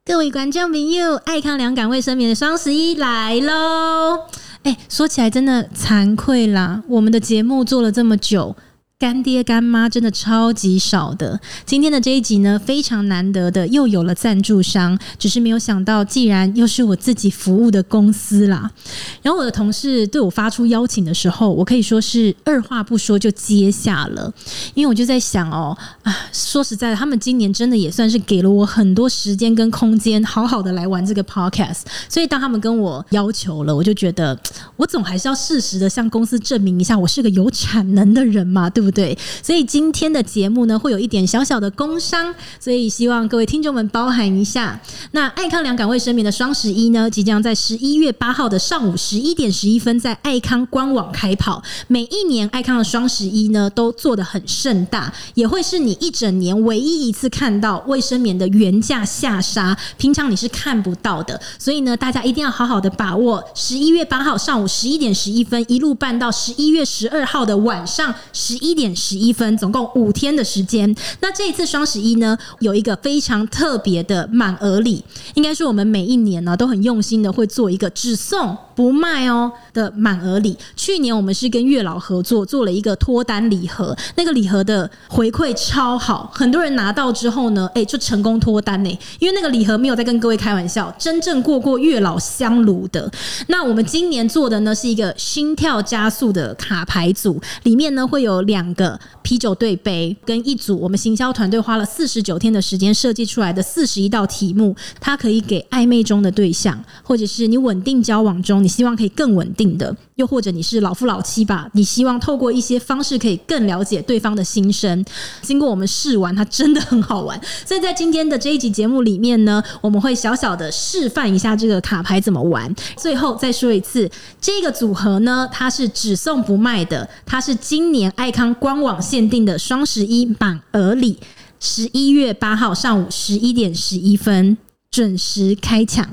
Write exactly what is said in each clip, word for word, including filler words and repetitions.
各位观众朋友，爱康良感卫生棉的双十一来咯！哎，说起来真的惭愧啦，我们的节目做了这么久，干爹干妈真的超级少的。今天的这一集呢，非常难得的又有了赞助商，只是没有想到既然又是我自己服务的公司啦。然后我的同事对我发出邀请的时候，我可以说是二话不说就接下了，因为我就在想哦，啊，说实在的，他们今年真的也算是给了我很多时间跟空间，好好的来玩这个 podcast。所以当他们跟我要求了，我就觉得我总还是要适时的向公司证明一下，我是个有产能的人嘛，对不对？对，所以今天的节目呢，会有一点小小的工商，所以希望各位听众们包涵一下。那爱康良感卫生棉的双十一呢，即将在十一月八号的上午十一点十一分在爱康官网开跑。每一年爱康的双十一呢，都做得很盛大，也会是你一整年唯一一次看到卫生棉的原价下杀，平常你是看不到的。所以呢，大家一定要好好的把握十一月八号上午十一点十一分，一路办到十一月十二号的晚上十一点十一分，总共五天的时间。那这一次双十一呢，有一个非常特别的满额礼，应该是我们每一年呢都很用心的会做一个只送不卖哦的满额礼。去年我们是跟月老合作做了一个脱单礼盒，那个礼盒的回馈超好，很多人拿到之后呢，哎，就成功脱单呢。因为那个礼盒没有在跟各位开玩笑，真正过过月老香炉的。那我们今年做的呢是一个心跳加速的卡牌组，里面呢会有两个啤酒对杯跟一组我们行销团队花了四十九天的时间设计出来的四十一道题目，它可以给暧昧中的对象，或者是你稳定交往中你希望可以更稳定的，又或者你是老夫老妻吧，你希望透过一些方式可以更了解对方的心声。经过我们试玩，它真的很好玩。所以在今天的这一集节目里面呢，我们会小小的示范一下这个卡牌怎么玩。最后再说一次，这个组合呢，它是只送不卖的，它是今年爱康官网限定的双十一满额礼，十一月八号上午十一点十一分准时开抢。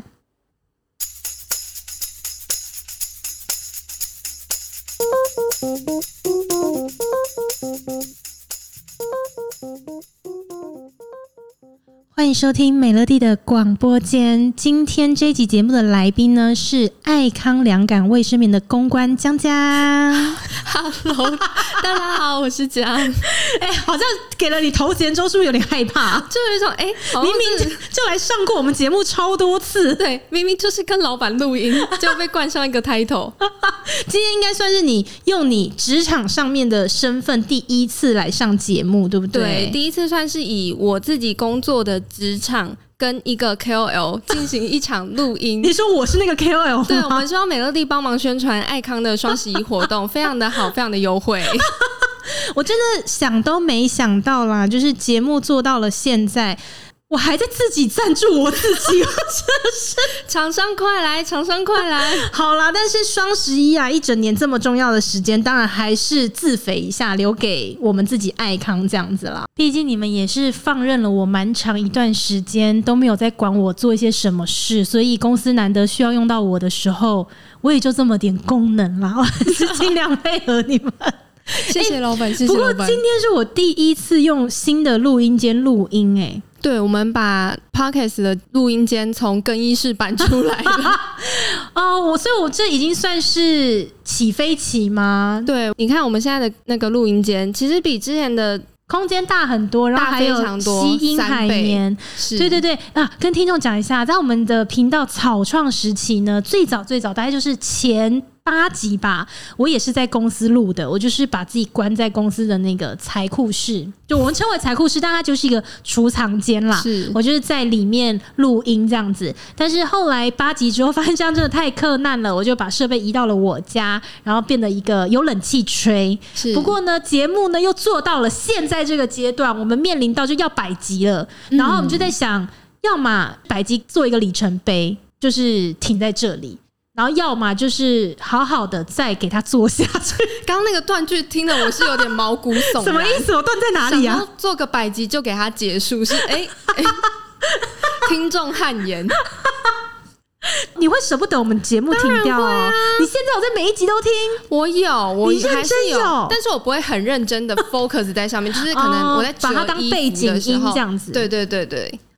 欢迎收听美乐蒂的广播间。今天这一集节目的来宾呢，是爱康良感卫生棉的公关江江。 Hello， 大家好，我是江。 哎、欸，好像给了你头衔之后，是不是有点害怕？ 就有一种哎、欸， 明明就来上过我们节目超多次， 对，明明就是跟老板录音，就被冠上一个 title。 今天应该算是你用你职场上面的身份第一次来上节目，对不对？ 对，第一次算是以我自己工作的职场跟一个 K O L 进行一场录音。 你说我是那个 K O L 吗？ 对，我们希望美乐蒂帮忙宣传爱康的双十一活动，非常的好，非常的优惠。 我真的想都没想到啦，就是节目做到了现在，我还在自己赞助我自己，真的是厂商快来，厂商快来！ 好啦，但是双十一啊，一整年这么重要的时间，当然还是自肥一下，留给我们自己爱康这样子啦。毕竟你们也是放任了我蛮长一段时间，都没有在管我做一些什么事，所以公司难得需要用到我的时候，我也就这么点功能啦，我还是尽量配合你们。 谢谢老板，谢谢老板。 不过今天是我第一次用新的录音间录音、欸， 对，我们把 Podcast 的录音间从更衣室搬出来了。 哦，我所以，我这已经算是起飞期吗？ 对，你看我们现在的那个录音间，其实比之前的空间大很多，然后还有吸音海绵。对对对啊，跟听众讲一下，在我们的频道草创时期呢，最早最早大概就是前八集吧，我也是在公司录的，我就是把自己关在公司的那个财库室，就我们称为财库室，但它就是一个储藏间啦。 是，我就是在里面录音这样子。但是后来八集之后发现这样真的太克难了，我就把设备移到了我家，然后变得一个有冷气吹。 是， 不过呢，节目呢又做到了现在这个阶段，我们面临到就要百集了，然后我们就在想，嗯、要么百集做一个里程碑，就是停在这里。然后要么就是好好的再给他做下去。 刚刚那个断句听得我是有点毛骨悚然。 什么意思？我断在哪里啊？ 做个百集就给他结束，是哎哎，听众汗颜。 你会舍不得我们节目停掉哦？啊、你现在有在每一集都听？ 我有，我还是有， 有但是我不会很认真的 focus 在上面，就是可能我在把它当背景音这样子。 对对对对。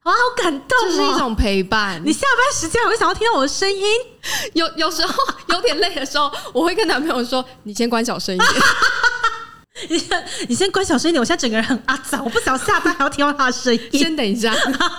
哇，好感动哦！ 这是一种陪伴。 你下班时间还会想要听到我的声音？ 有有时候有点累的时候，我会跟男朋友说：“你先关小声一点。” 你先你先关小声一点，我现在整个人很阿杂，我不想下班还要听到他的声音。 先等一下。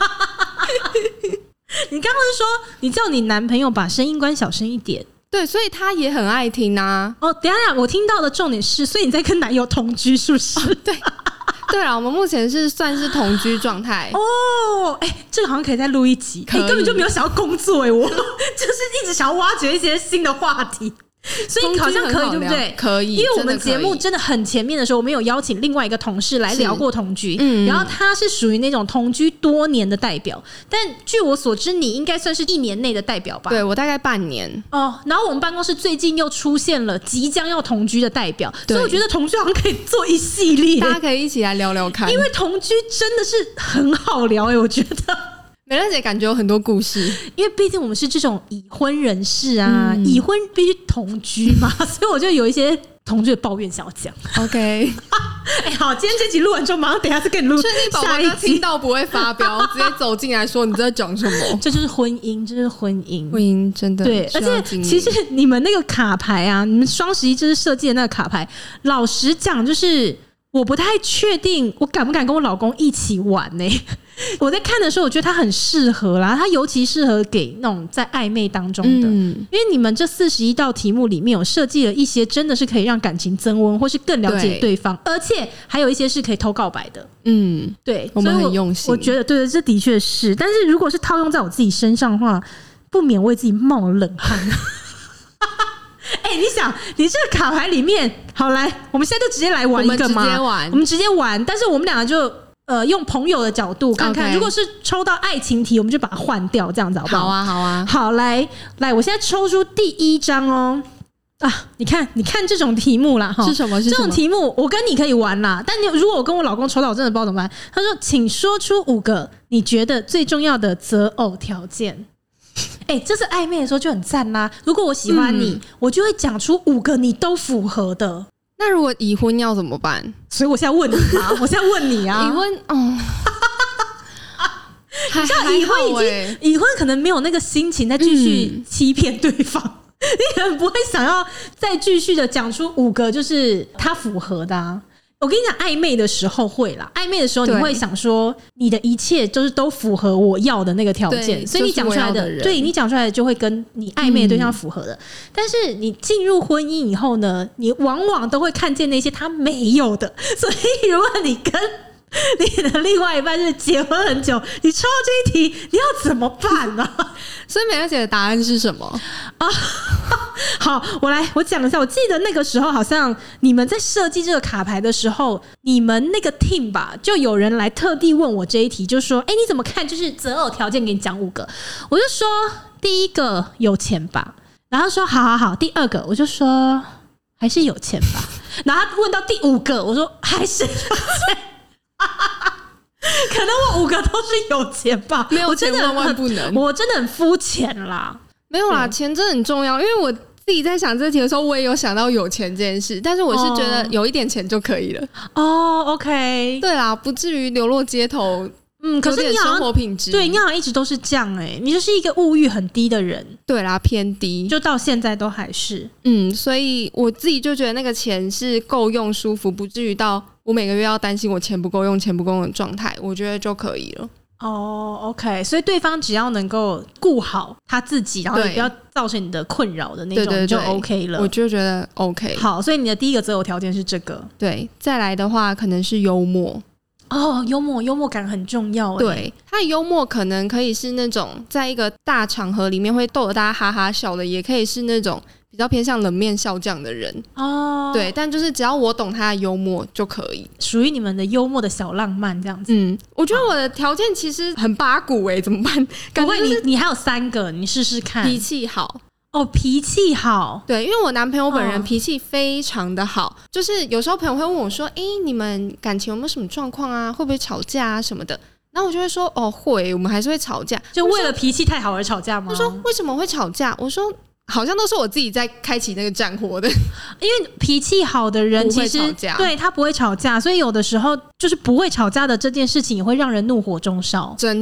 你刚刚是说你叫你男朋友把声音关小声一点？ 对，所以他也很爱听啊。 哦，等一下，我听到的重点是，所以你在跟男友同居是不是？哦、 对。对啊，我们目前是算是同居状态哦。哎、欸，这个好像可以再录一集。你、欸、根本就没有想要工作哎、欸，我就是一直想要挖掘一些新的话题。所以好像可以，对不对？ 可以， 因为我们节目真的很前面的时候，我们有邀请另外一个同事来聊过同居，嗯，然后他是属于那种同居多年的代表，但据我所知，你应该算是一年内的代表吧？ 对，我大概半年哦。然后我们办公室最近又出现了即将要同居的代表，所以我觉得同居好像可以做一系列， 大家可以一起来聊聊看， 因为同居真的是很好聊哎、欸，我觉得。 美乐姐感觉有很多故事， 因为毕竟我们是这种已婚人士啊，嗯、已婚必须同居嘛，所以我就有一些同居的抱怨想要讲。 OK， 哎、欸，好，今天这集录完之后，马上等一下再跟你录。 确定宝宝他听到不会发飙，直接走进来说你在讲什么？ 这就是婚姻，这就是婚姻， 婚姻真的对。而且其实你们那个卡牌啊，你们双十一就是设计的那个卡牌，老实讲就是。我不太确定我敢不敢跟我老公一起玩呢、欸？我在看的时候，我觉得他很适合啦，他尤其适合给那种在暧昧当中的，嗯、因为你们这四十一道题目里面有设计了一些真的是可以让感情增温，或是更了解对方，而且还有一些是可以偷告白的。嗯，对， 我们很用心。 我, 我觉得，对对，这的确是。但是如果是套用在我自己身上的话，不免为自己冒了冷汗。哎、欸，你想，你这个卡牌里面，好来，我们现在就直接来玩一个吗？ 我们直接玩， 我们直接玩。但是我们两个就呃用朋友的角度看看， okay. 如果是抽到爱情题，我们就把它换掉，这样子好不好？ 好啊，好啊， 好，来来，我现在抽出第一张哦。啊，你看，你看这种题目啦，哈， 是什么？是什么？ 这种题目我跟你可以玩啦，但你如果我跟我老公抽到，我真的不知道怎么办。他说，请说出五个你觉得最重要的择偶条件。哎、欸，这是暧昧的时候就很赞啦。如果我喜欢你，嗯、我就会讲出五个你都符合的。 那如果已婚要怎么办？ 所以我现在问你啊，我现在问你啊， 已婚哦， 像已婚已经已婚，可能没有那个心情再继续欺骗对方，嗯、你可能不会想要再继续的讲出五个就是他符合的啊。我跟你讲，暧昧的时候会啦，暧昧的时候你会想说，你的一切就是都符合我要的那个条件，所以你讲出来的，的对你讲出来的就会跟你暧昧的对象符合的。嗯、但是你进入婚姻以后呢，你往往都会看见那些他没有的。所以如果你跟你的另外一半是结婚很久，你抽到这一题，你要怎么办呢、啊？ 所以美乐姐的答案是什么啊？ 好，我来我讲一下。我记得那个时候好像你们在设计这个卡牌的时候，你们那个 team 吧，就有人来特地问我这一题，就说：“哎、欸，你怎么看？就是择偶条件，给你讲五个。”我就说第一个有钱吧，然后说好好好。第二个我就说还是有钱吧，然后他问到第五个，我说还是有钱。可能我五个都是有钱吧， 没有钱万万不能。 我真的很肤浅啦， 没有啦，钱真的很重要。因为我自己在想这题的时候，我也有想到有钱这件事，但是我是觉得有一点钱就可以了。 哦 ，OK， 对啦，不至于流落街头。 嗯，可是你好像生活品质， 对你好像一直都是这样哎、欸，你就是一个物欲很低的人。 对啦，偏低， 就到现在都还是。 嗯，所以我自己就觉得那个钱是够用、舒服，不至于到我每个月要担心我钱不够用、钱不够用的状态，我觉得就可以了。 哦 ，OK， 所以对方只要能够顾好他自己，然后也不要造成你的困扰的那种，对对对，就 OK 了。 我就觉得 OK。 好，所以你的第一个择偶条件是这个。 对，再来的话可能是幽默。 哦，幽默，幽默感很重要。 对，他的幽默可能可以是那种在一个大场合里面会逗得大家哈哈笑的，也可以是那种比较偏向冷面笑匠的人。哦，对，但就是只要我懂他的幽默就可以， 属于你们的幽默的小浪漫这样子。 嗯，我觉得我的条件其实很八股哎、欸，怎么办？ 不会，你你还有三个，你试试看。 脾气好。 哦，脾气好， 对，因为我男朋友本人脾气非常的好，哦、就是有时候朋友会问我说：“哎、欸，你们感情有没有什么状况啊？会不会吵架啊什么的？”然后我就会说：“哦，会，我们还是会吵架。” 就为了脾气太好而吵架吗？ 他说：“为什么会吵架？”我说：“好像都是我自己在开启那个战火的， 因为脾气好的人其实对他不会吵架，所以有的时候就是不会吵架的这件事情也会让人怒火中烧。 真的。”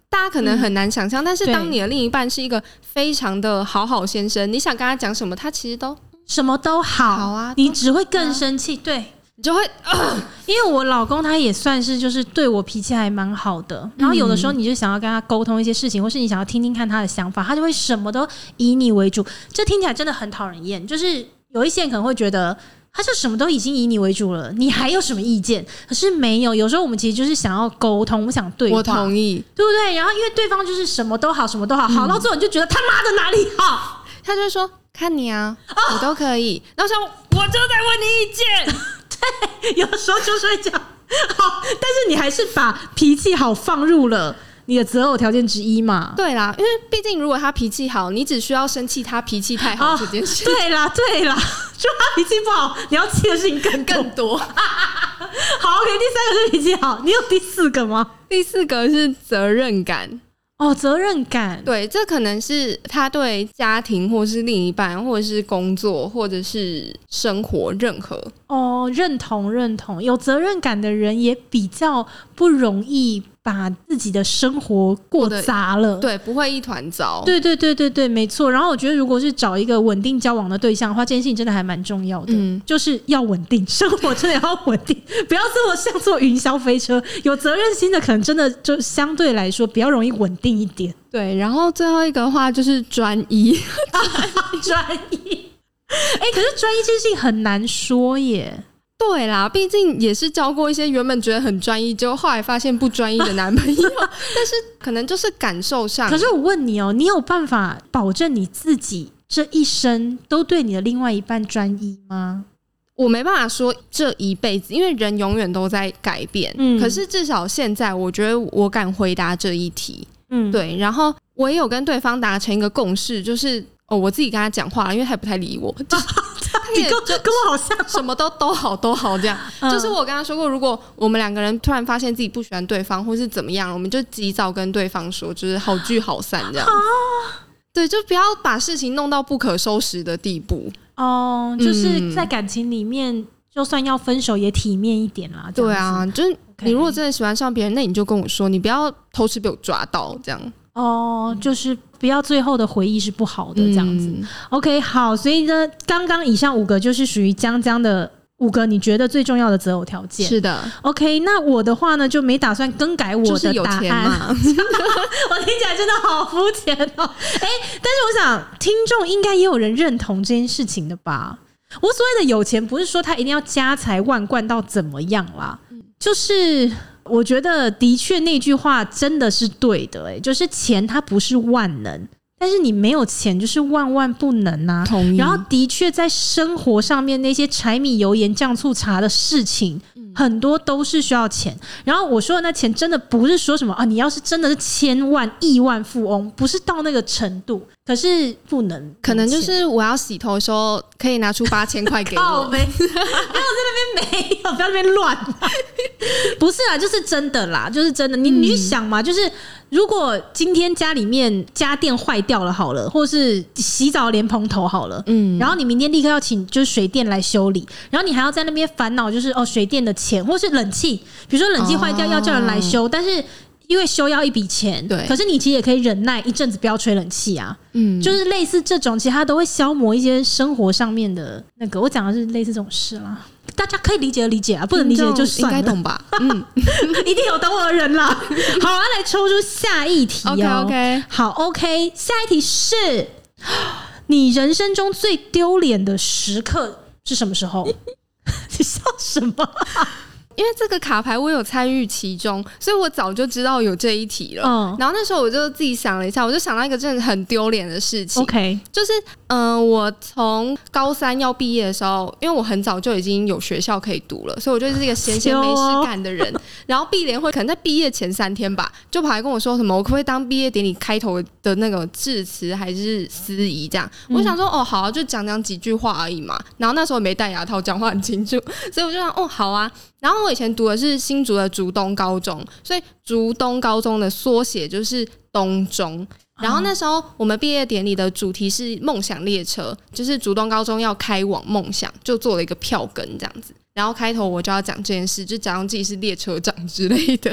大家可能很难想象、嗯、但是当你的另一半是一个非常的好好先生，你想跟他讲什么他其实都什么都好， 好啊， 你只会更生气、啊、对， 你就会、呃、 因为我老公他也算是就是对我脾气还蛮好的，然后有的时候你就想要跟他沟通一些事情、嗯、或是你想要听听看他的想法，他就会什么都以你为主，这听起来真的很讨人厌。就是有一些人可能会觉得他就什么都已经以你为主了，你还有什么意见？可是没有，有时候我们其实就是想要沟通，我们想对话， 我同意， 对不对？然后因为对方就是什么都好，什么都好，嗯、好到最后你就觉得他妈的哪里好， 他就会说看你啊，哦、我都可以。然后说我就在问你意见， 对，有时候就是会讲好，但是你还是把脾气好放入了你的择偶条件之一嘛。 对啦，因为毕竟如果他脾气好，你只需要生气他脾气太好这件事、 哦、对啦对啦，就他脾气不好，你要气的事情更多更多好 OK， 第三个是脾气好，你有第四个吗？ 第四个是责任感。 哦，责任感， 对，这可能是他对家庭或是另一半或者是工作或者是生活任何。 哦，认同认同，有责任感的人也比较不容易把自己的生活过砸了， 对，不会一团糟。对对对对对，没错。然后我觉得如果是找一个稳定交往的对象的话，这件事情真的还蛮重要的、嗯、就是要稳定，生活真的要稳定不要这么像坐云霄飞车，有责任心的可能真的就相对来说比较容易稳定一点。 对，然后最后一个话就是专一专一哎、欸，可是专一这件事情很难说耶。 对啦，毕竟也是交过一些原本觉得很专一，结果后来发现不专一的男朋友但是可能就是感受上。 可是我问你哦、喔，你有办法保证你自己这一生都对你的另外一半专一吗？ 我没办法说这一辈子，因为人永远都在改变、嗯、可是至少现在我觉得我敢回答这一题。嗯，对，然后我也有跟对方达成一个共识，就是哦，我自己跟他讲话，因为他也不太理我，就你跟跟我好像， 什么都都好都好这样、嗯。就是我跟他说过，如果我们两个人突然发现自己不喜欢对方，或是怎么样，我们就及早跟对方说，就是好聚好散这样子。对，就不要把事情弄到不可收拾的地步。哦， 就是在感情里面，嗯、就算要分手也体面一点啦。 对啊，就是你如果真的喜欢上别人，那你就跟我说，你不要偷吃被我抓到这样。哦，就是不要最后的回忆是不好的这样子、嗯、OK 好，所以呢刚刚以上五个就是属于江江的五个你觉得最重要的择偶条件。 是的 OK， 那我的话呢就没打算更改我的答案、就是有钱嘛我听起来真的好肤浅哦。哎，但是我想听众应该也有人认同这件事情的吧。我所谓的有钱不是说他一定要家财万贯到怎么样啦、嗯、就是我觉得的确那句话真的是对的、欸、就是钱它不是万能，但是你没有钱就是万万不能啊。同意。然后的确在生活上面那些柴米油盐酱醋茶的事情、嗯、很多都是需要钱。然后我说的那钱真的不是说什么啊，你要是真的是千万亿万富翁，不是到那个程度，可是不能， 可能就是我要洗头的时候可以拿出八千块给我没有在那边没有，不要在那边乱不是啦，就是真的啦，就是真的。你你去想嘛，就是如果今天家里面家电坏掉了好了，或是洗澡连蓬头好了，嗯，然后你明天立刻要请就是水电来修理，然后你还要在那边烦恼就是哦水电的钱，或是冷气，比如说冷气坏掉要叫人来修、哦、但是因为修要一笔钱，对，可是你其实也可以忍耐一阵子不要吹冷气啊，嗯，就是类似这种，其实它都会消磨一些生活上面的那个。我讲的是类似这种事啦，大家可以理解的理解啊，不能理解就算了， 应该懂吧？嗯， 一定有懂我的人啦。好，要来抽出下一题哦。 OK OK， 好 OK， 下一题是你人生中最丢脸的时刻是什么时候？你笑什么？ 因为这个卡牌我有参与其中，所以我早就知道有这一题了、嗯、然后那时候我就自己想了一下，我就想到一个真的很丢脸的事情。 OK， 就是嗯、呃，我从高三要毕业的时候，因为我很早就已经有学校可以读了，所以我就是一个闲闲没事干的人、哦、然后毕联会可能在毕业前三天吧，就跑来跟我说什么我可不可以当毕业典礼开头的那个致辞还是司仪这样、嗯、我想说哦好啊，就讲讲几句话而已嘛，然后那时候没戴牙套，讲话很清楚，所以我就想哦好啊。然后我以前读的是新竹的竹东高中，所以竹东高中的缩写就是东中。然后那时候我们毕业典礼的主题是梦想列车，就是竹东高中要开往梦想，就做了一个票根这样子。然后开头我就要讲这件事，就假装自己是列车长之类的。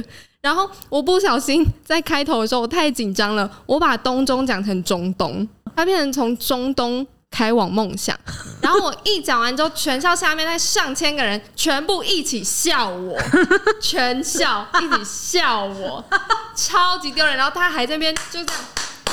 然后我不小心在开头的时候我太紧张了，我把东中讲成中东，它变成从中东开往梦想。然后我一讲完之后，全校下面那上千个人全部一起笑我，全校一起笑我，超级丢人。然后他还在那边就这样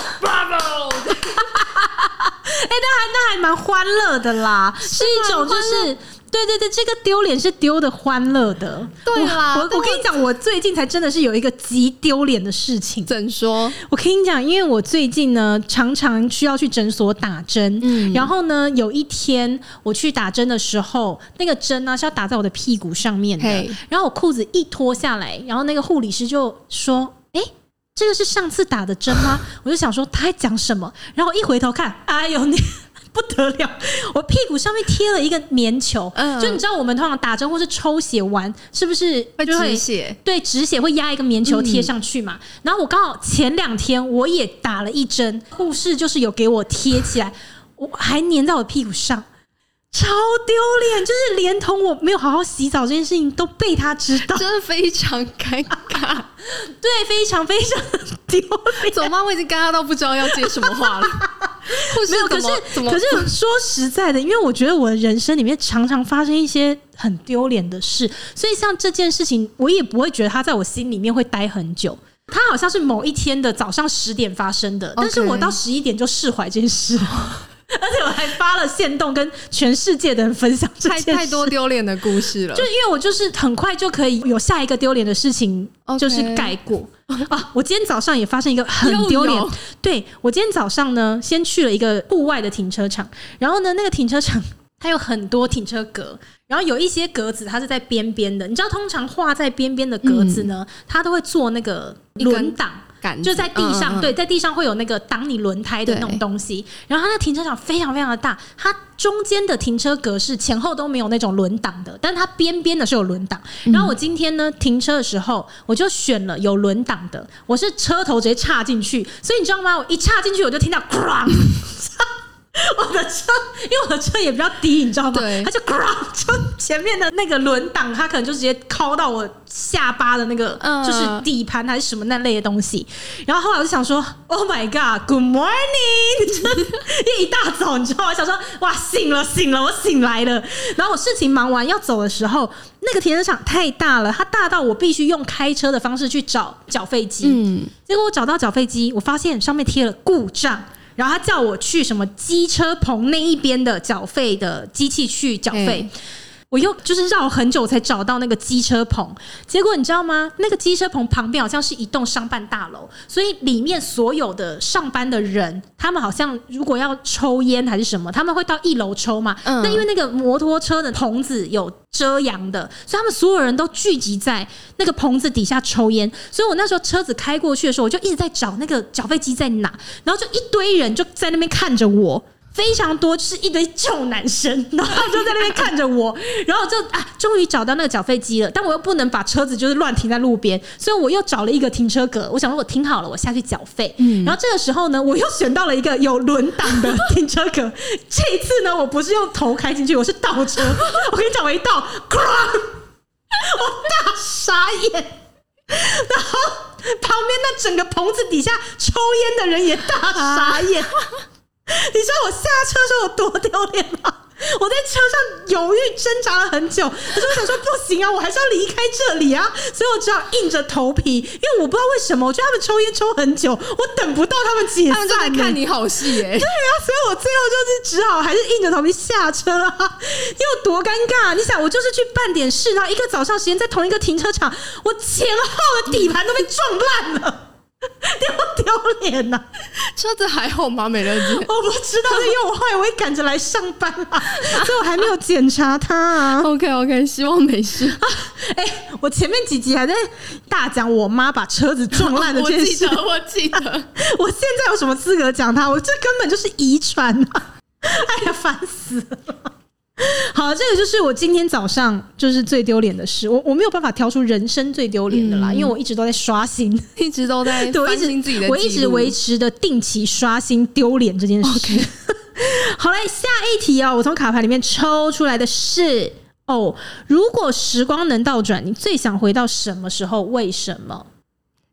Bravo 哎、 欸，那还那还蛮欢乐的啦，是一种就是对对对，这个丢脸是丢的欢乐的。 对啦， 我我我跟你讲，我最近才真的是有一个极丢脸的事情。 怎说？ 我跟你讲，因为我最近呢常常需要去诊所打针，嗯，然后呢有一天我去打针的时候，那个针呢是要打在我的屁股上面的，然后我裤子一脱下来，然后那个护理师就说：“哎、欸，这个是上次打的针吗？”我就想说他在讲什么，然后一回头看，哎呦你。不得了！我屁股上面贴了一个棉球，嗯、就你知道我们通常打针或是抽血完，是不是会止血？ 对，止血会压一个棉球贴上去嘛。嗯、然后我刚好前两天我也打了一针，护士就是有给我贴起来，我还粘在我屁股上。超丢脸，就是连同我没有好好洗澡这件事情都被他知道， 真的非常尴尬。 对，非常非常丢脸。 怎么办？我已经尴尬到不知道要接什么话了。 没有，可是可是说实在的，因为我觉得我的人生里面常常发生一些很丢脸的事，所以像这件事情，我也不会觉得它在我心里面会待很久。它好像是某一天的早上十点发生的， okay. 但是我到十一点就释怀这件事。而且我还发了限动跟全世界的人分享这件事， 太太多丢脸的故事了。 就因为我就是很快就可以有下一个丢脸的事情，就是盖过、okay. 啊！我今天早上也发生一个很丢脸，对，我今天早上呢，先去了一个户外的停车场，然后呢，那个停车场它有很多停车格，然后有一些格子它是在边边的，你知道，通常画在边边的格子呢，嗯、它都会做那个轮挡。就在地上，嗯嗯嗯对，在地上会有那个挡你轮胎的那种东西。然后它那停车场非常非常的大，它中间的停车格是前后都没有那种轮挡的，但是它边边的是有轮挡。然后我今天呢停车的时候，我就选了有轮挡的，我是车头直接插进去，所以你知道吗？我一插进去，我就听到哐。我的车，因为我的车也比较低，你知道吗？它就就前面的那个轮挡，它可能就直接敲到我下巴的那个，嗯、就是底盘还是什么那类的东西。然后后来我就想说 ，Oh my God，Good morning！ 因为一大早，你知道吗？我想说，哇，醒了，醒了，我醒来了。然后我事情忙完要走的时候，那个停车场太大了，它大到我必须用开车的方式去找缴费机。嗯，结果我找到缴费机，我发现上面贴了故障。然后他叫我去什么机车棚那一边的缴费的机器去缴费，我又就是绕很久才找到那个机车棚。结果你知道吗？那个机车棚旁边好像是一栋商办大楼，所以里面所有的上班的人，他们好像如果要抽烟还是什么，他们会到一楼抽嘛。嗯、那因为那个摩托车的棚子有遮阳的，所以他们所有人都聚集在那个棚子底下抽烟。所以我那时候车子开过去的时候，我就一直在找那个缴费机在哪，然后就一堆人就在那边看着我。非常多，就是一堆臭男生，然后就在那边看着我，然后就啊，终于找到那个缴费机了，但我又不能把车子就是乱停在路边，所以我又找了一个停车格，我想说我停好了，我下去缴费。嗯，然后这个时候呢，我又选到了一个有轮挡的停车格，这一次呢，我不是用头开进去，我是倒车。我跟你讲，我一倒，哐，我大傻眼。然后旁边那整个棚子底下抽烟的人也大傻眼。你知道我下车的时候有多丢脸吗？我在车上犹豫挣扎了很久，可是我想说不行啊，我还是要离开这里啊，所以我只好硬着头皮，因为我不知道为什么，我觉得他们抽烟抽很久，我等不到他们解散、欸，他们就在看你好戏耶、欸。 对啊，所以我最后就是只好还是硬着头皮下车啊，因为有多尴尬。你想，我就是去办点事，然后一个早上时间在同一个停车场，我前后的底盘都被撞烂了。丢丢脸呐！ 车子还好吗？美乐姐， 我不知道，因为我后来我会赶着来上班啦，所以我还没有检查它啊。 OK OK， 希望没事。 哎、欸，我前面几集还在大讲我妈把车子撞烂的这件事， 我记得，我记得。 我现在有什么资格讲它？我这根本就是遗传啊！哎呀，烦死了。好，这个就是我今天早上就是最丢脸的事，我我没有办法挑出人生最丢脸的啦、嗯，因为我一直都在刷新， 一直都在翻新自己的记录， 我一直维持的定期刷新丢脸这件事。Okay. 好来，下一题啊、哦，我从卡牌里面抽出来的是哦，如果时光能倒转，你最想回到什么时候？为什么？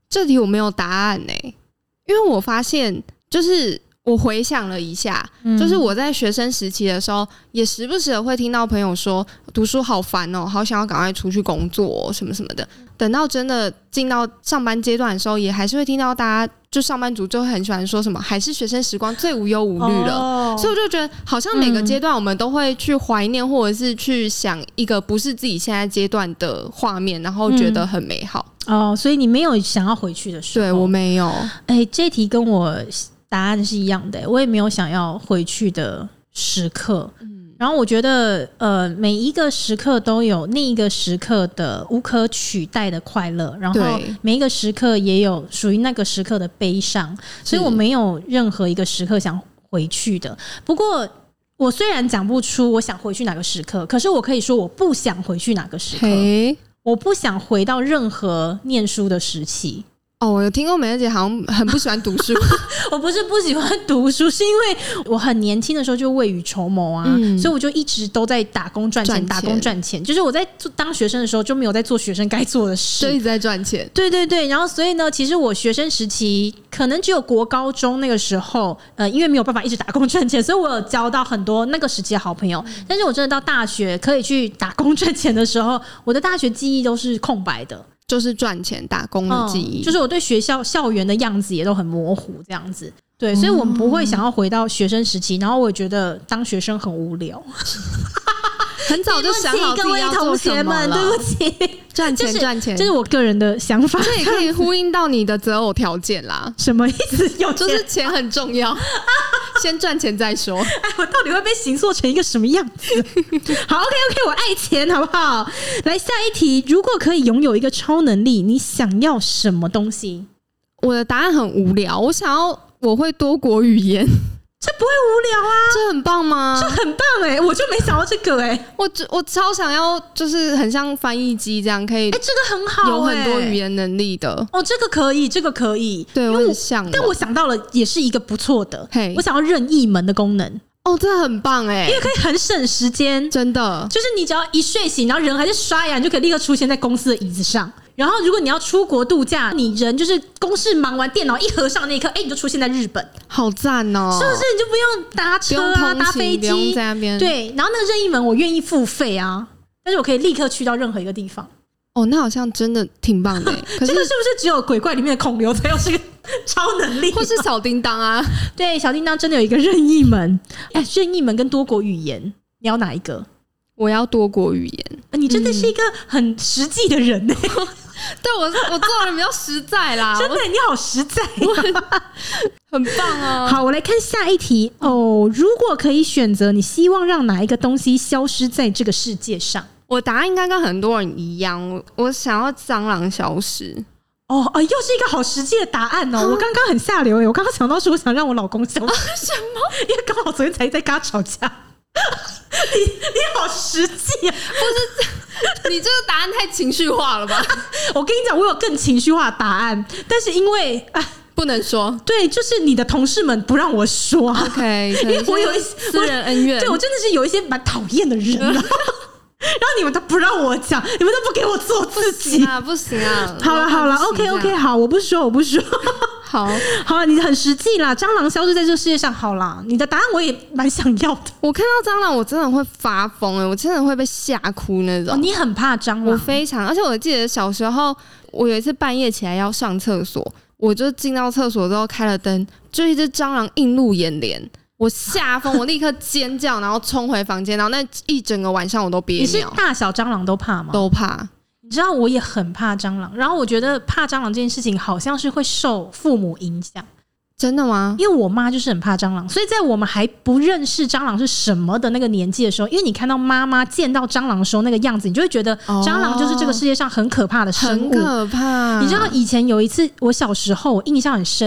这题我没有答案呢、欸，因为我发现就是我回想了一下、嗯、就是我在学生时期的时候也时不时的会听到朋友说读书好烦哦，好想要赶快出去工作、哦、什么什么的。等到真的进到上班阶段的时候，也还是会听到大家就上班族就会很喜欢说什么还是学生时光最无忧无虑了、哦、所以我就觉得好像每个阶段我们都会去怀念或者是去想一个不是自己现在阶段的画面，然后觉得很美好、 嗯、哦，所以你没有想要回去的时候？ 对，我没有。 哎，这题跟我答案是一样的，我也没有想要回去的时刻。嗯，然后我觉得呃，每一个时刻都有那一个时刻的无可取代的快乐，然后每一个时刻也有属于那个时刻的悲伤，所以我没有任何一个时刻想回去的。不过我虽然讲不出我想回去哪个时刻，可是我可以说我不想回去哪个时刻。我不想回到任何念书的时期。 哦，我有听过美乐姐好像很不喜欢读书我不是不喜欢读书，是因为我很年轻的时候就未雨绸缪啊、嗯、所以我就一直都在打工赚钱打工赚钱，就是我在当学生的时候就没有在做学生该做的事， 就一直在赚钱。对对对，然后所以呢，其实我学生时期可能只有国高中那个时候呃，因为没有办法一直打工赚钱，所以我有交到很多那个时期的好朋友、嗯、但是我真的到大学可以去打工赚钱的时候，我的大学记忆都是空白的， 就是赚钱打工的记忆、 嗯、就是我对学校校园的样子也都很模糊这样子。对，所以我们不会想要回到学生时期，然后我也觉得当学生很无聊很早就想好自己要做什么了。 对不起， 赚钱赚钱， 这是我个人的想法。 这也可以呼应到你的择偶条件啦。 什么意思？有就是钱很重要先赚钱再说。 哎，我到底会被形塑成一个什么样子？好 OK OK， 我爱钱好不好？来下一题，如果可以拥有一个超能力，你想要什么东西？ 我的答案很无聊，我想要我会多国语言。 这不会无聊啊， 这很棒吗？ 这很棒哎、欸，我就没想到这个哎、欸， 我我超想要，就是很像翻译机这样，可以哎、欸，这个很好、欸， 有很多语言能力的哦，这个可以，这个可以， 对我很像， 但我想到了也是一个不错的，我想要任意门的功能。 哦，这很棒哎、欸， 因为可以很省时间， 真的， 就是你只要一睡醒，然后人还在刷牙，你就可以立刻出现在公司的椅子上。然后如果你要出国度假，你人就是公事忙完，电脑一合上那一刻，哎，你就出现在日本， 好赞哦！ 是不是？你就不用搭车啊，搭飞机， 在那边对。然后那个任意门我愿意付费啊，但是我可以立刻去到任何一个地方。 哦，那好像真的挺棒的。可是这个是不是只有鬼怪里面的孔刘才有这个超能力？ 或是小叮当啊？ 对，小叮当真的有一个任意门。哎，任意门跟多国语言，你要哪一个？ 我要多国语言。 你真的是一个很实际的人呢、欸。嗯对，我我做人比较实在啦。 真的，你好实在、 啊，很棒啊！ 好，我来看下一题哦。如果可以选择，你希望让哪一个东西消失在这个世界上？ 我答案应该跟很多人一样，我我想要蟑螂消失。 哦，呃，又是一个好实际的答案哦！我刚刚很下流耶，我刚刚想到说，我想让我老公消失、啊、 什么？ 因为刚好昨天才在跟他吵架。你你好实际啊！ 不是，你这个答案太情绪化了吧？ 我跟你讲，我有更情绪化的答案，但是因为啊。 不能说， 对，就是你的同事们不让我说 ，OK， 因为我有一些私人恩怨， 对我真的是有一些蛮讨厌的人、啊，然后你们都不让我讲，你们都不给我做自己， 不行啊，不行啊！ 好了好了 ，OK OK， 好，我不说我不说， 好好，你很实际啦，蟑螂消失在这个世界上，好啦，你的答案我也蛮想要的。 我看到蟑螂，我真的会发疯哎、欸，我真的会被吓哭那种、 哦。你很怕蟑螂？ 我非常，而且我记得小时候，我有一次半夜起来要上厕所。我就进到厕所之后开了灯，就一只蟑螂映入眼帘，我吓疯，我立刻尖叫，然后冲回房间，然后那一整个晚上我都憋尿。 你是大小蟑螂都怕吗？ 都怕。 你知道我也很怕蟑螂，然后我觉得怕蟑螂这件事情好像是会受父母影响。 真的吗？ 因为我妈就是很怕蟑螂，所以在我们还不认识蟑螂是什么的那个年纪的时候，因为你看到妈妈见到蟑螂的时候那个样子，你就会觉得蟑螂就是这个世界上很可怕的生物， 很可怕。 你知道以前有一次我小时候我印象很深，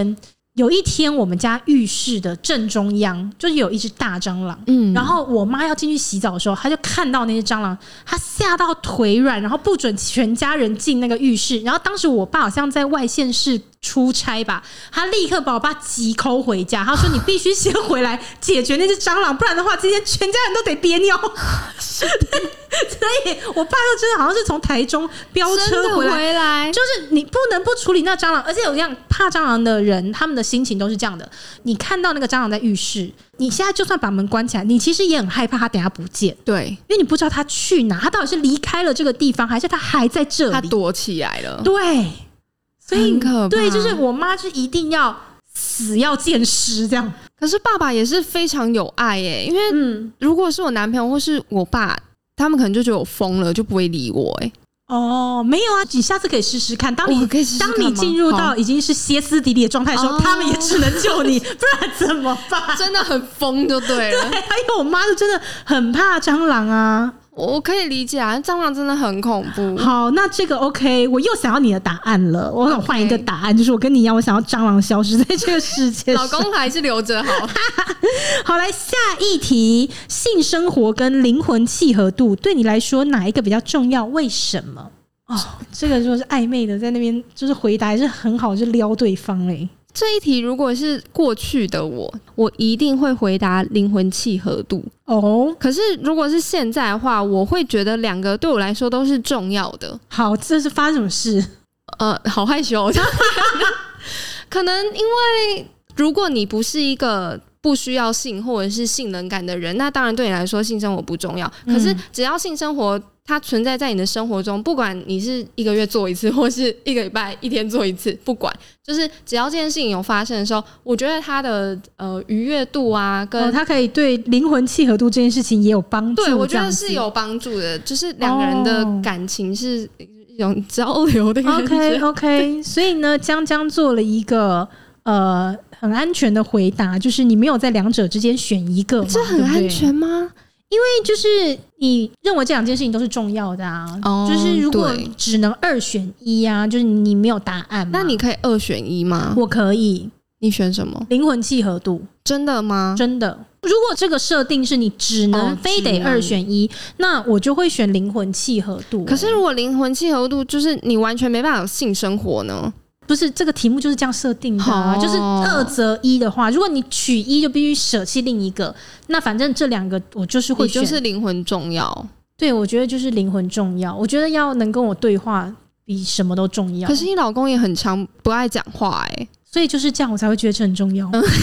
有一天我们家浴室的正中央就是有一只大蟑螂，嗯，然后我妈要进去洗澡的时候，她就看到那只蟑螂，她吓到腿软，然后不准全家人进那个浴室。然后当时我爸好像在外县市出差吧，他立刻把我爸急抠回家，他说你必须先回来解决那只蟑螂，不然的话今天全家人都得憋尿。所以我爸就真的好像是从台中飙车回 来, 回来就是你不能不处理那蟑螂。而且有这样怕蟑螂的人，他们的心情都是这样的，你看到那个蟑螂在浴室，你现在就算把门关起来，你其实也很害怕他等一下不见， 对， 因为你不知道他去哪，他到底是离开了这个地方还是他还在这里， 他躲起来了， 对，所以很可怕。 对，就是我妈是一定要死要见尸这样。 可是爸爸也是非常有爱耶、欸，因为如果是我男朋友或是我爸，他们可能就觉得我疯了，就不会理我哎、欸。 哦，没有啊，你下次可以试试看。当你可以试试看吗？ 当你进入到已经是歇斯底里的状态的时候，他们也只能救你，不然怎么办？ 真的很疯就对了。 对，还有我妈就真的很怕蟑螂啊。 我可以理解啊，蟑螂真的很恐怖。 好，那这个 OK， 我又想要你的答案了。我想换一个答案， okay. 就是我跟你一样，我想要蟑螂消失在这个世界上。 老公还是留着好。 好，来下一题：性生活跟灵魂契合度对你来说哪一个比较重要？为什么？哦，这个就是暧昧的，在那边就是回答还是很好，就撩对方哎、欸。 这一题如果是过去的我，我一定会回答灵魂契合度哦。可是如果是现在的话，我会觉得两个对我来说都是重要的。 好，这是发生什么事？ 呃，好害羞。可能因为如果你不是一个不需要性或者是性能感的人，那当然对你来说性生活不重要。可是只要性生活它存在在你的生活中，不管你是一个月做一次或是一个礼拜一天做一次，不管，就是只要这件事情有发生的时候，我觉得它的呃愉悦度啊跟、哦、 它可以对灵魂契合度这件事情也有帮助。 对，我觉得是有帮助的，就是两个人的感情是一种交流的感觉。 OK OK， 所以呢江江做了一个呃很安全的回答，就是你没有在两者之间选一个嘛。 这很安全吗？ 因为就是你认为这两件事情都是重要的啊，哦、就是如果只能二选一啊，就是你没有答案嘛。 那你可以二选一吗？ 我可以。 你选什么？ 灵魂契合度。 真的吗？ 真的。如果这个设定是你只能非得二选一、哦、那我就会选灵魂契合度、欸。 可是如果灵魂契合度就是你完全没办法有性生活呢？ 不是，这个题目就是这样设定的、啊哦、就是二择一的话，如果你取一就必须舍弃另一个，那反正这两个我就是会选。 你就是灵魂重要。 对，我觉得就是灵魂重要，我觉得要能跟我对话比什么都重要。 可是你老公也很常不爱讲话哎、欸，所以就是这样我才会觉得这很重要。嗯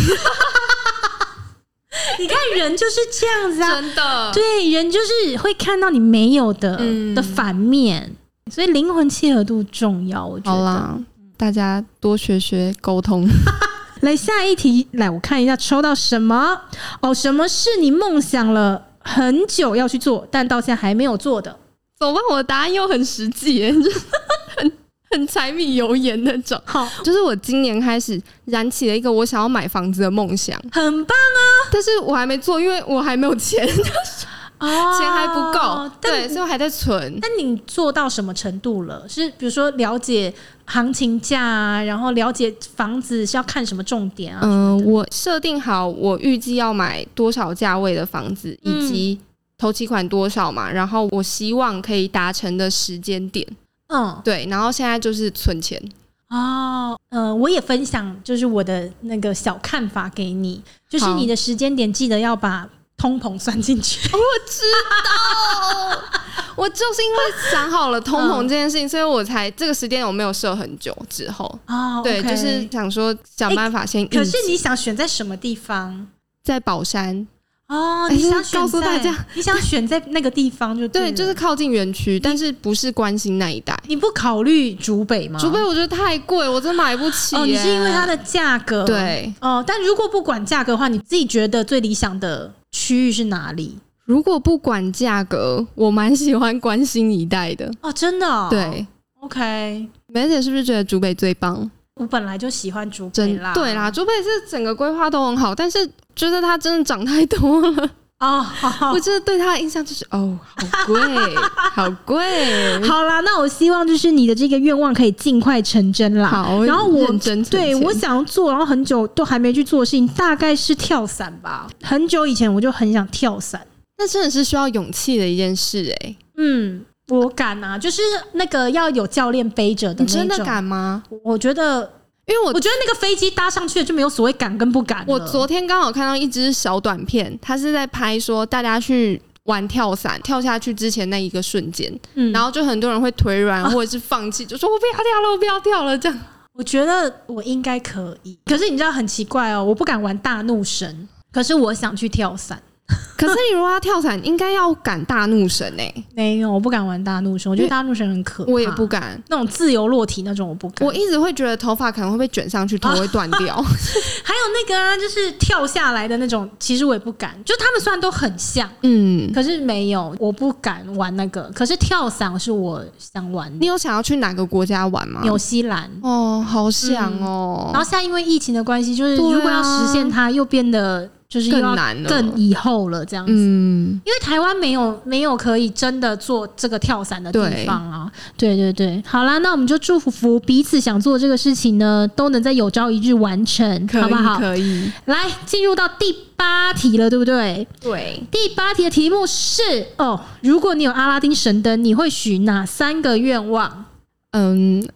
你看人就是这样子啊， 真的， 对，人就是会看到你没有的、嗯、的反面，所以灵魂契合度重要，我觉得。 好啦，大家多学学沟通。 来下一题，来我看一下抽到什么哦？什么是你梦想了很久要去做，但到现在还没有做的？ 怎么办？我的答案又很实际耶，很很柴米油盐那种。好，就是我今年开始燃起了一个我想要买房子的梦想， 很棒啊！ 但是我还没做，因为我还没有钱。哦、钱还不够，对，所以我还在存。 那你做到什么程度了？是比如说了解行情价啊，然后了解房子是要看什么重点啊？嗯、 呃，我设定好我预计要买多少价位的房子，以及头期款多少嘛，然后我希望可以达成的时间点。嗯，对，然后现在就是存钱。 哦，呃，我也分享就是我的那个小看法给你，就是你的时间点记得要把通膨算进去。 哦、我知道，我就是因为想好了通膨这件事情，嗯、所以我才这个时间我没有设很久之后。哦，对， okay 就是想说想办法先、欸。 可是你想选在什么地方？ 在宝山。 哦，你想选告诉大家， 你想选在那个地方就 对, 对，就是靠近园区，但是不是关心那一带。 你不考虑竹北吗？ 竹北我觉得太贵，我真买不起。 哦，你是因为它的价格？ 对。 哦，但如果不管价格的话，你自己觉得最理想的区域是哪里？ 如果不管价格，我蛮喜欢关心一带的。 哦，真的哦？ 对。 OK， 梅姐是不是觉得竹北最棒？ 我本来就喜欢竹北啦。 对啦，竹北是整个规划都很好，但是觉得它真的涨太多了。 哦，好， 我真的对他的印象就是哦，好贵，好贵。 好啦，那我希望就是你的这个愿望可以尽快成真啦。 好， 然后我认真存钱。 对我想做，然后很久都还没去做的事情，大概是跳伞吧。很久以前我就很想跳伞， 那真的是需要勇气的一件事哎、欸。 嗯，我敢啊，就是那个要有教练背着的那种。 你真的敢吗？ 我觉得。 因为我我觉得那个飞机搭上去了就没有所谓敢跟不敢了。 我昨天刚好看到一支小短片，它是在拍说大家去玩跳伞，跳下去之前那一个瞬间、嗯，然后就很多人会腿软或者是放弃、啊，就说我不要跳了，我不要跳了这样。 我觉得我应该可以，可是你知道很奇怪哦，我不敢玩大怒神，可是我想去跳伞。 可是你如果要跳伞，应该要赶大怒神哎、欸， 没有，我不敢玩大怒神，我觉得大怒神很可怕。 我也不敢， 那种自由落体那种我不敢。 我一直会觉得头发可能会被卷上去，头会断掉。 还有那个啊，就是跳下来的那种，其实我也不敢。就他们虽然都很像， 嗯， 可是没有，我不敢玩那个。可是跳伞是我想玩的。 你有想要去哪个国家玩吗？ 纽西兰哦，好想哦、 嗯。然后现在因为疫情的关系，就是如果要实现它，又变得。就是又要更难了， 更以后了这样子。嗯，因为台湾没有没有可以真的做这个跳伞的地方啊。对对对，好啦，那我们就祝福彼此想做这个事情呢，都能在有朝一日完成，好不好？ 可以。 来，进入到第八题了，对不对？ 对。 第八题的题目是哦，如果你有阿拉丁神灯，你会许哪三个愿望？嗯。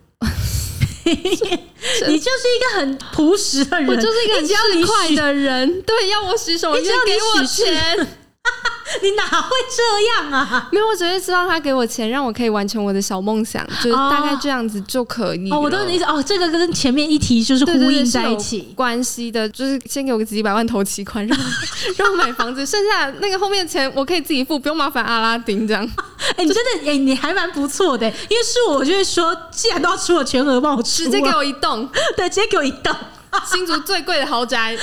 你就是一个很朴实的人， 我就是一个很市侩的人。对，要我许什么愿给我钱？ 你哪会这样啊？ 没有，我只会希望他给我钱，让我可以完成我的小梦想，就是大概这样子就可以了。 哦，我懂你的意思。哦，这个跟前面一题就是呼应在一起， 对对对，关系的，就是先给我个几百万头期款，让让我买房子，剩下那个后面的钱我可以自己付，不用麻烦阿拉丁这样。 哎、欸，你真的哎、欸，你还蛮不错的、欸，因为是我，我就会说，既然都要出了全额，帮我出、啊， 直接给我一栋， 对，直接给我一栋， 新竹最贵的豪宅。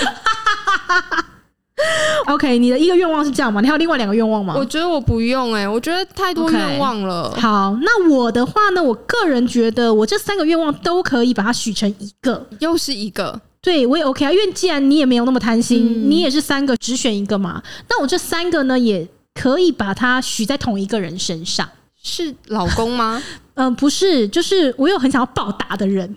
OK， 你的一个愿望是这样吗？你还有另外两个愿望吗？ 我觉得我不用哎、欸，我觉得太多愿望了。 Okay, 好，那我的话呢？我个人觉得，我这三个愿望都可以把它许成一个， 又是一个。 对，我也 OK 啊，因为既然你也没有那么贪心、嗯，你也是三个只选一个嘛，那我这三个呢，也可以把它许在同一个人身上。 是老公吗？ 嗯、呃，不是，就是我有很想要报答的人。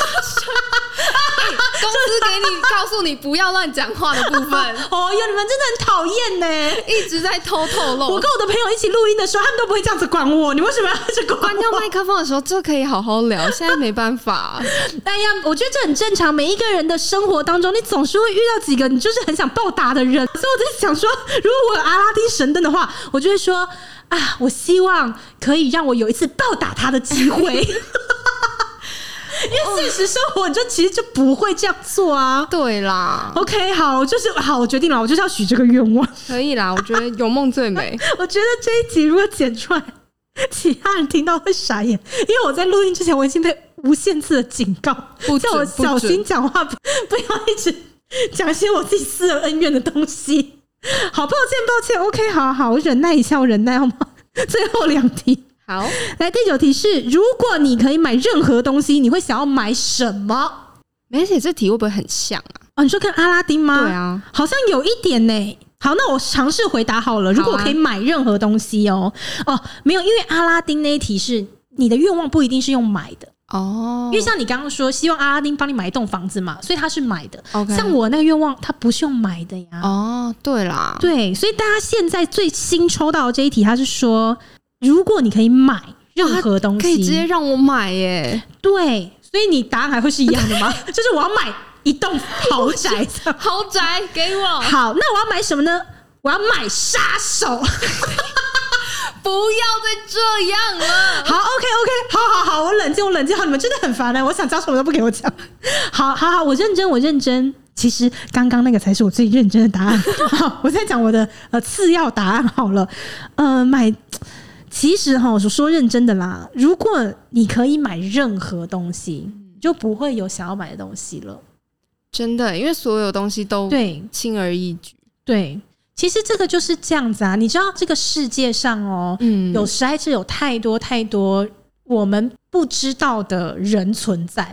公司给你告诉你不要乱讲话的部分。 哦哟，你们真的很讨厌呢， 一直在偷透露。 我跟我的朋友一起录音的时候，他们都不会这样子管我，你为什么要一直管我？ 关掉麦克风的时候就可以好好聊，现在没办法。 哎呀，我觉得这很正常。每一个人的生活当中，你总是会遇到几个你就是很想报答的人，所以我在想说，如果我有阿拉丁神灯的话，我就会说啊，我希望可以让我有一次报答他的机会。因为现实生活你就其实就不会这样做啊。 对啦 OK 好，就是好，我决定了，我就是要许这个愿望。 可以啦，我觉得有梦最美。 我觉得这一集如果剪出来，其他人听到会傻眼，因为我在录音之前我已经被无限次的警告，叫我小心讲话，不不要一直讲一些我自己私人恩怨的东西。好，抱歉抱歉 OK 好好，我忍耐一下，我忍耐好吗？最后两题， 好， 来第九题是：如果你可以买任何东西，你会想要买什么？ 而且这题会不会很像啊？ 哦，你说跟阿拉丁吗？ 对啊， 好像有一点呢、欸。好，那我尝试回答好了。如果我可以买任何东西哦、喔，哦，没有，因为阿拉丁那一题是你的愿望不一定是用买的哦，因为像你刚刚说，希望阿拉丁帮你买一栋房子嘛，所以他是买的。Okay. 像我那个愿望，他不是用买的呀。哦，对啦，对，所以大家现在最新抽到的这一题，他是说，如果你可以买任何东西， 可以直接让我买耶。 对，所以你答案还会是一样的吗？就是我要买一栋豪宅， 豪宅给我。 好，那我要买什么呢？我要买杀手。 不要再这样了。 好 ，OK OK， 好好好，我冷静，我冷静。好，你们真的很烦呢、欸，我想讲什么都不给我讲。好好好，我认真，我认真。其实刚刚那个才是我最认真的答案。好，我再讲我的呃次要答案好了。呃，买，其实哈，我说认真的啦。如果你可以买任何东西，就不会有想要买的东西了。 真的，因为所有东西都对轻而易举。 对。其实这个就是这样子啊，你知道这个世界上哦，嗯，有实在是有太多太多我们不知道的人存在。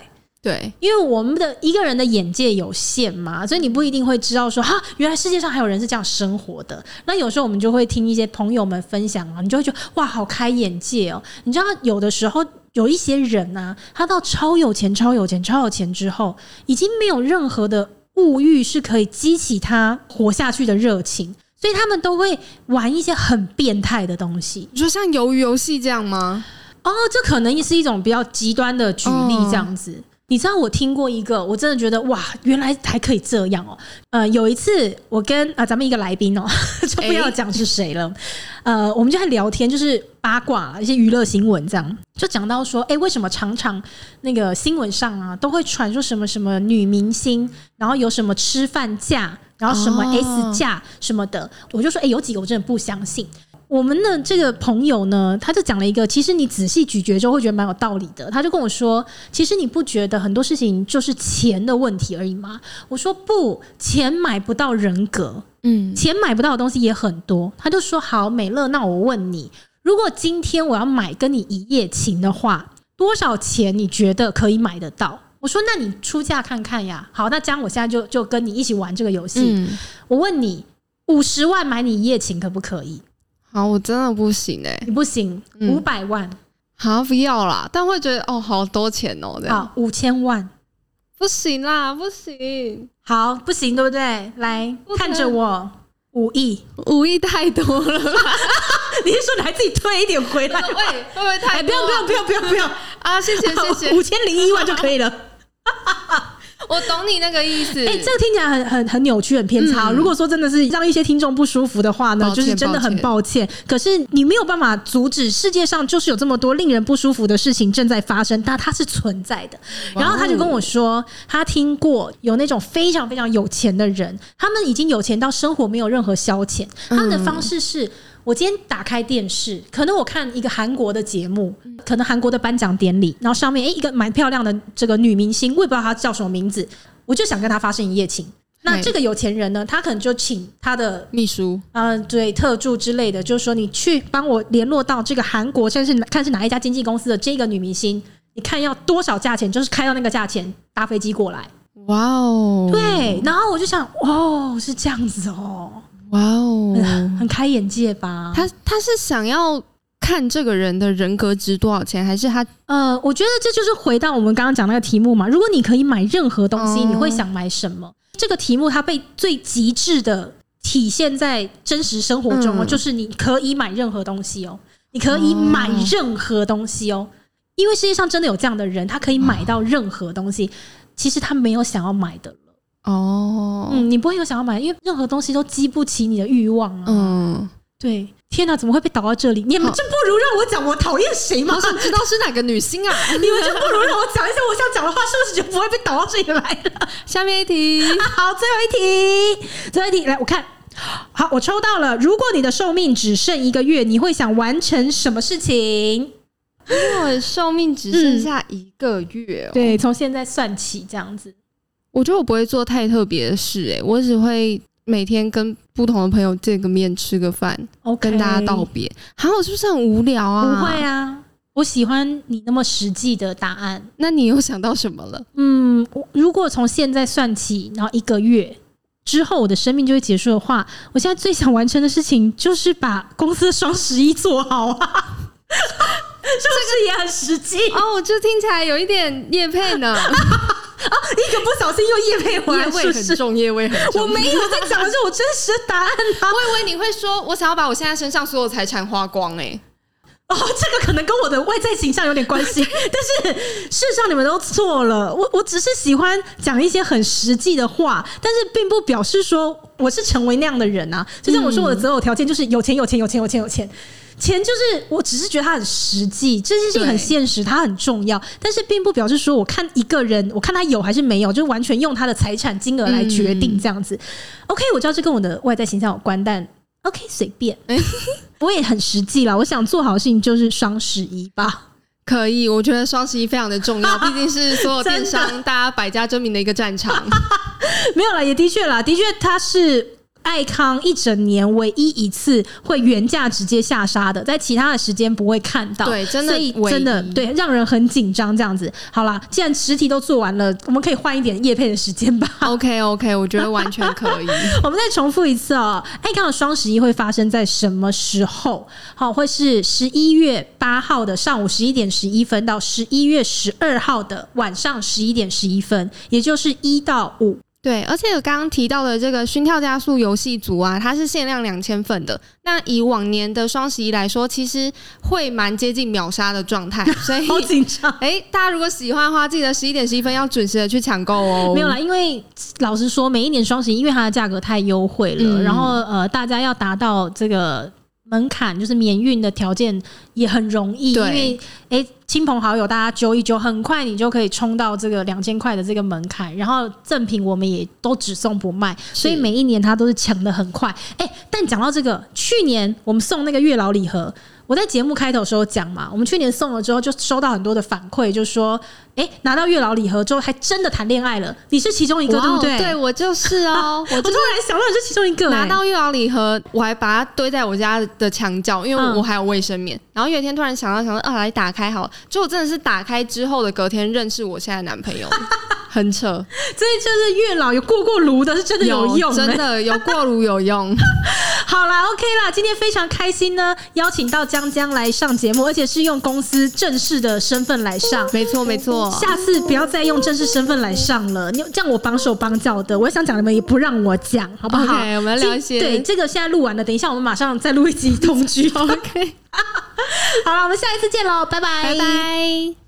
对， 因为我们的一个人的眼界有限嘛，所以你不一定会知道说哈，原来世界上还有人是这样生活的。那有时候我们就会听一些朋友们分享啊，你就会觉得哇，好开眼界哦。你知道有的时候有一些人啊，他到超有钱、超有钱、超有钱之后，已经没有任何的物欲是可以激起他活下去的热情，所以他们都会玩一些很变态的东西。 你说像鱿鱼游戏这样吗？ 哦，这可能是一种比较极端的举例，这样子。哦，你知道我听过一个，我真的觉得哇，原来还可以这样哦。呃，有一次我跟啊咱们一个来宾哦，就不要讲是谁了。欸、呃，我们就在聊天，就是八卦一些娱乐新闻，这样就讲到说，哎、欸，为什么常常那个新闻上啊都会传说什么什么女明星，然后有什么吃饭价，然后什么 S 价什么的，哦、我就说，哎、欸，有几个我真的不相信。我们的这个朋友呢，他就讲了一个，其实你仔细咀嚼之后会觉得蛮有道理的。他就跟我说，其实你不觉得很多事情就是钱的问题而已吗？我说不，钱买不到人格，嗯，钱买不到的东西也很多。他就说好，美乐，那我问你，如果今天我要买跟你一夜情的话，多少钱你觉得可以买得到？我说那你出价看看呀。好，那这样我现在就就跟你一起玩这个游戏。嗯、我问你，五十万买你一夜情可不可以？ 好，我真的不行哎、欸， 你不行，五百、嗯、万， 好不要啦，但会觉得哦，好多钱哦，这样好，五千万， 不行啦，不行， 好，不行，对不对？来看着我，五亿， 五亿太多了吧？ 你是说你还自己退一点回来？ 喂，会不会太多、啊欸？不要不要不要不要不要啊！谢谢谢谢， 五千零一万就可以了。 我懂你那个意思。 哎、欸，这个听起来很很很扭曲、很偏差、嗯。如果说真的是让一些听众不舒服的话呢，就是真的很抱歉。可是你没有办法阻止，世界上就是有这么多令人不舒服的事情正在发生，但它是存在的。然后他就跟我说，他听过有那种非常非常有钱的人，他们已经有钱到生活没有任何消遣，他们的方式是。我今天打开电视，可能我看一个韩国的节目，可能韩国的颁奖典礼，然后上面、欸、一个蛮漂亮的这个女明星，我也不知道她叫什么名字，我就想跟她发生一夜情。那这个有钱人呢，他可能就请他的秘书， 呃，对，特助之类的，就是说你去帮我联络到这个韩国，甚至看是哪一家经纪公司的这个女明星，你看要多少价钱，就是开到那个价钱，搭飞机过来。 哇哦， 对，然后我就想，哦，是这样子哦。 哇哦， 很开眼界吧？ 他他是想要看这个人的人格值多少钱，还是他？ 呃，我觉得这就是回到我们刚刚讲那个题目嘛。如果你可以买任何东西，哦、你会想买什么？这个题目它被最极致的体现在真实生活中哦、嗯，就是你可以买任何东西哦，你可以买任何东西哦，因为世界上真的有这样的人，他可以买到任何东西，其实他没有想要买的。哦，嗯，你不会有想要买，因为任何东西都激不起你的欲望啊。嗯，对，天哪，怎么会被导到这里？你们就不如让我讲我讨厌谁吗？ 我想知道是哪个女星啊！ 你们就不如让我讲一些我想讲的话，是不是就不会被导到这里来了？ 下面一题， 好，最后一题，最后一题，来，我看，好，我抽到了。如果你的寿命只剩一个月，你会想完成什么事情？ 如果寿命只剩下一个月、哦嗯， 对，从现在算起，这样子。 我觉得我不会做太特别的事、欸，我只会每天跟不同的朋友见个面、吃个饭， okay. 跟大家道别。好，我是不是很无聊啊？ 不会啊，我喜欢你那么实际的答案。 那你又想到什么了？ 嗯，如果从现在算起，然后一个月之后我的生命就会结束的话，我现在最想完成的事情就是把公司的双十一做好啊。是不是也很实际？ 哦，我就听起来有一点业配呢。 啊！一个不小心又业配回来， 业味很重，业味很重。 我没有在讲的是我真实的答案啊！ 我以为你会说，我想要把我现在身上所有财产花光、欸。哎， 哦，这个可能跟我的外在形象有点关系，但是事实上你们都错了。我我只是喜欢讲一些很实际的话，但是并不表示说我是成为那样的人啊。就像我说，我的择偶条件就是有钱，有钱，有钱，有钱，有钱。钱就是，我只是觉得它很实际，这件事情很现实，它很重要，但是并不表示说我看一个人，我看他有还是没有，就完全用他的财产金额来决定这样子。嗯、OK， 我知道这跟我的外在形象有关，但 OK 随便，我也很实际啦。我想做好的事情就是双十一吧。 可以，我觉得双十一非常的重要，毕竟是所有电商大家百家争鸣的一个战场。 没有啦，也的确啦，的确它是。 爱康一整年唯一一次会原价直接下杀的，在其他的时间不会看到。 对，真的， 所以真的对让人很紧张这样子。好啦，既然实体都做完了，我们可以换一点业配的时间吧。 OK OK， 我觉得完全可以。 我们再重复一次哦，爱康的双十一会发生在什么时候？好，会是十一月八号的上午十一点十一分到十一月十二号的晚上十一点十一分，也就是一到五。 对，而且我刚刚提到的这个心跳加速游戏组啊，它是限量两千份的。那以往年的双十一来说，其实会蛮接近秒杀的状态，所以好紧张。 哎，大家如果喜欢的话，记得十一点十一分要准时的去抢购哦。 没有啦，因为老实说，每一年双十一，因为它的价格太优惠了，嗯、然后呃，大家要达到这个门槛，就是免运的条件也很容易，因为哎。亲朋好友大家揪一揪，很快你就可以冲到这个两千块的这个门槛，然后赠品我们也都只送不卖，所以每一年它都是抢得很快。哎，但讲到这个，去年我们送那个月老礼盒，我在节目开头的时候讲嘛，我们去年送了之后就收到很多的反馈，就说哎，拿到月老礼盒之后还真的谈恋爱了，你是其中一个对不对？ 对，我就是哦，我, 我突然想到你是其中一个、欸、 拿到月老礼盒，我还把它堆在我家的墙角，因为我还有卫生棉、嗯、然后有一天突然想到想到啊，来打开好了，就我真的是打开之后的隔天认识我现在的男朋友。很扯，所以就是月老有过过炉的，是真的有用、 欸，真的有过炉有用。 好啦 OK 啦，今天非常开心呢，邀请到江江来上节目，而且是用公司正式的身份来上。 没错没错， 下次不要再用正式身份来上了，你这样我绑手绑脚的，我想讲你们也不让我讲，好不好？ OK， 我们聊一些。 对，这个现在录完了，等一下我们马上再录一集同居。OK， 好了，我们下一次见喽，拜拜， 拜拜。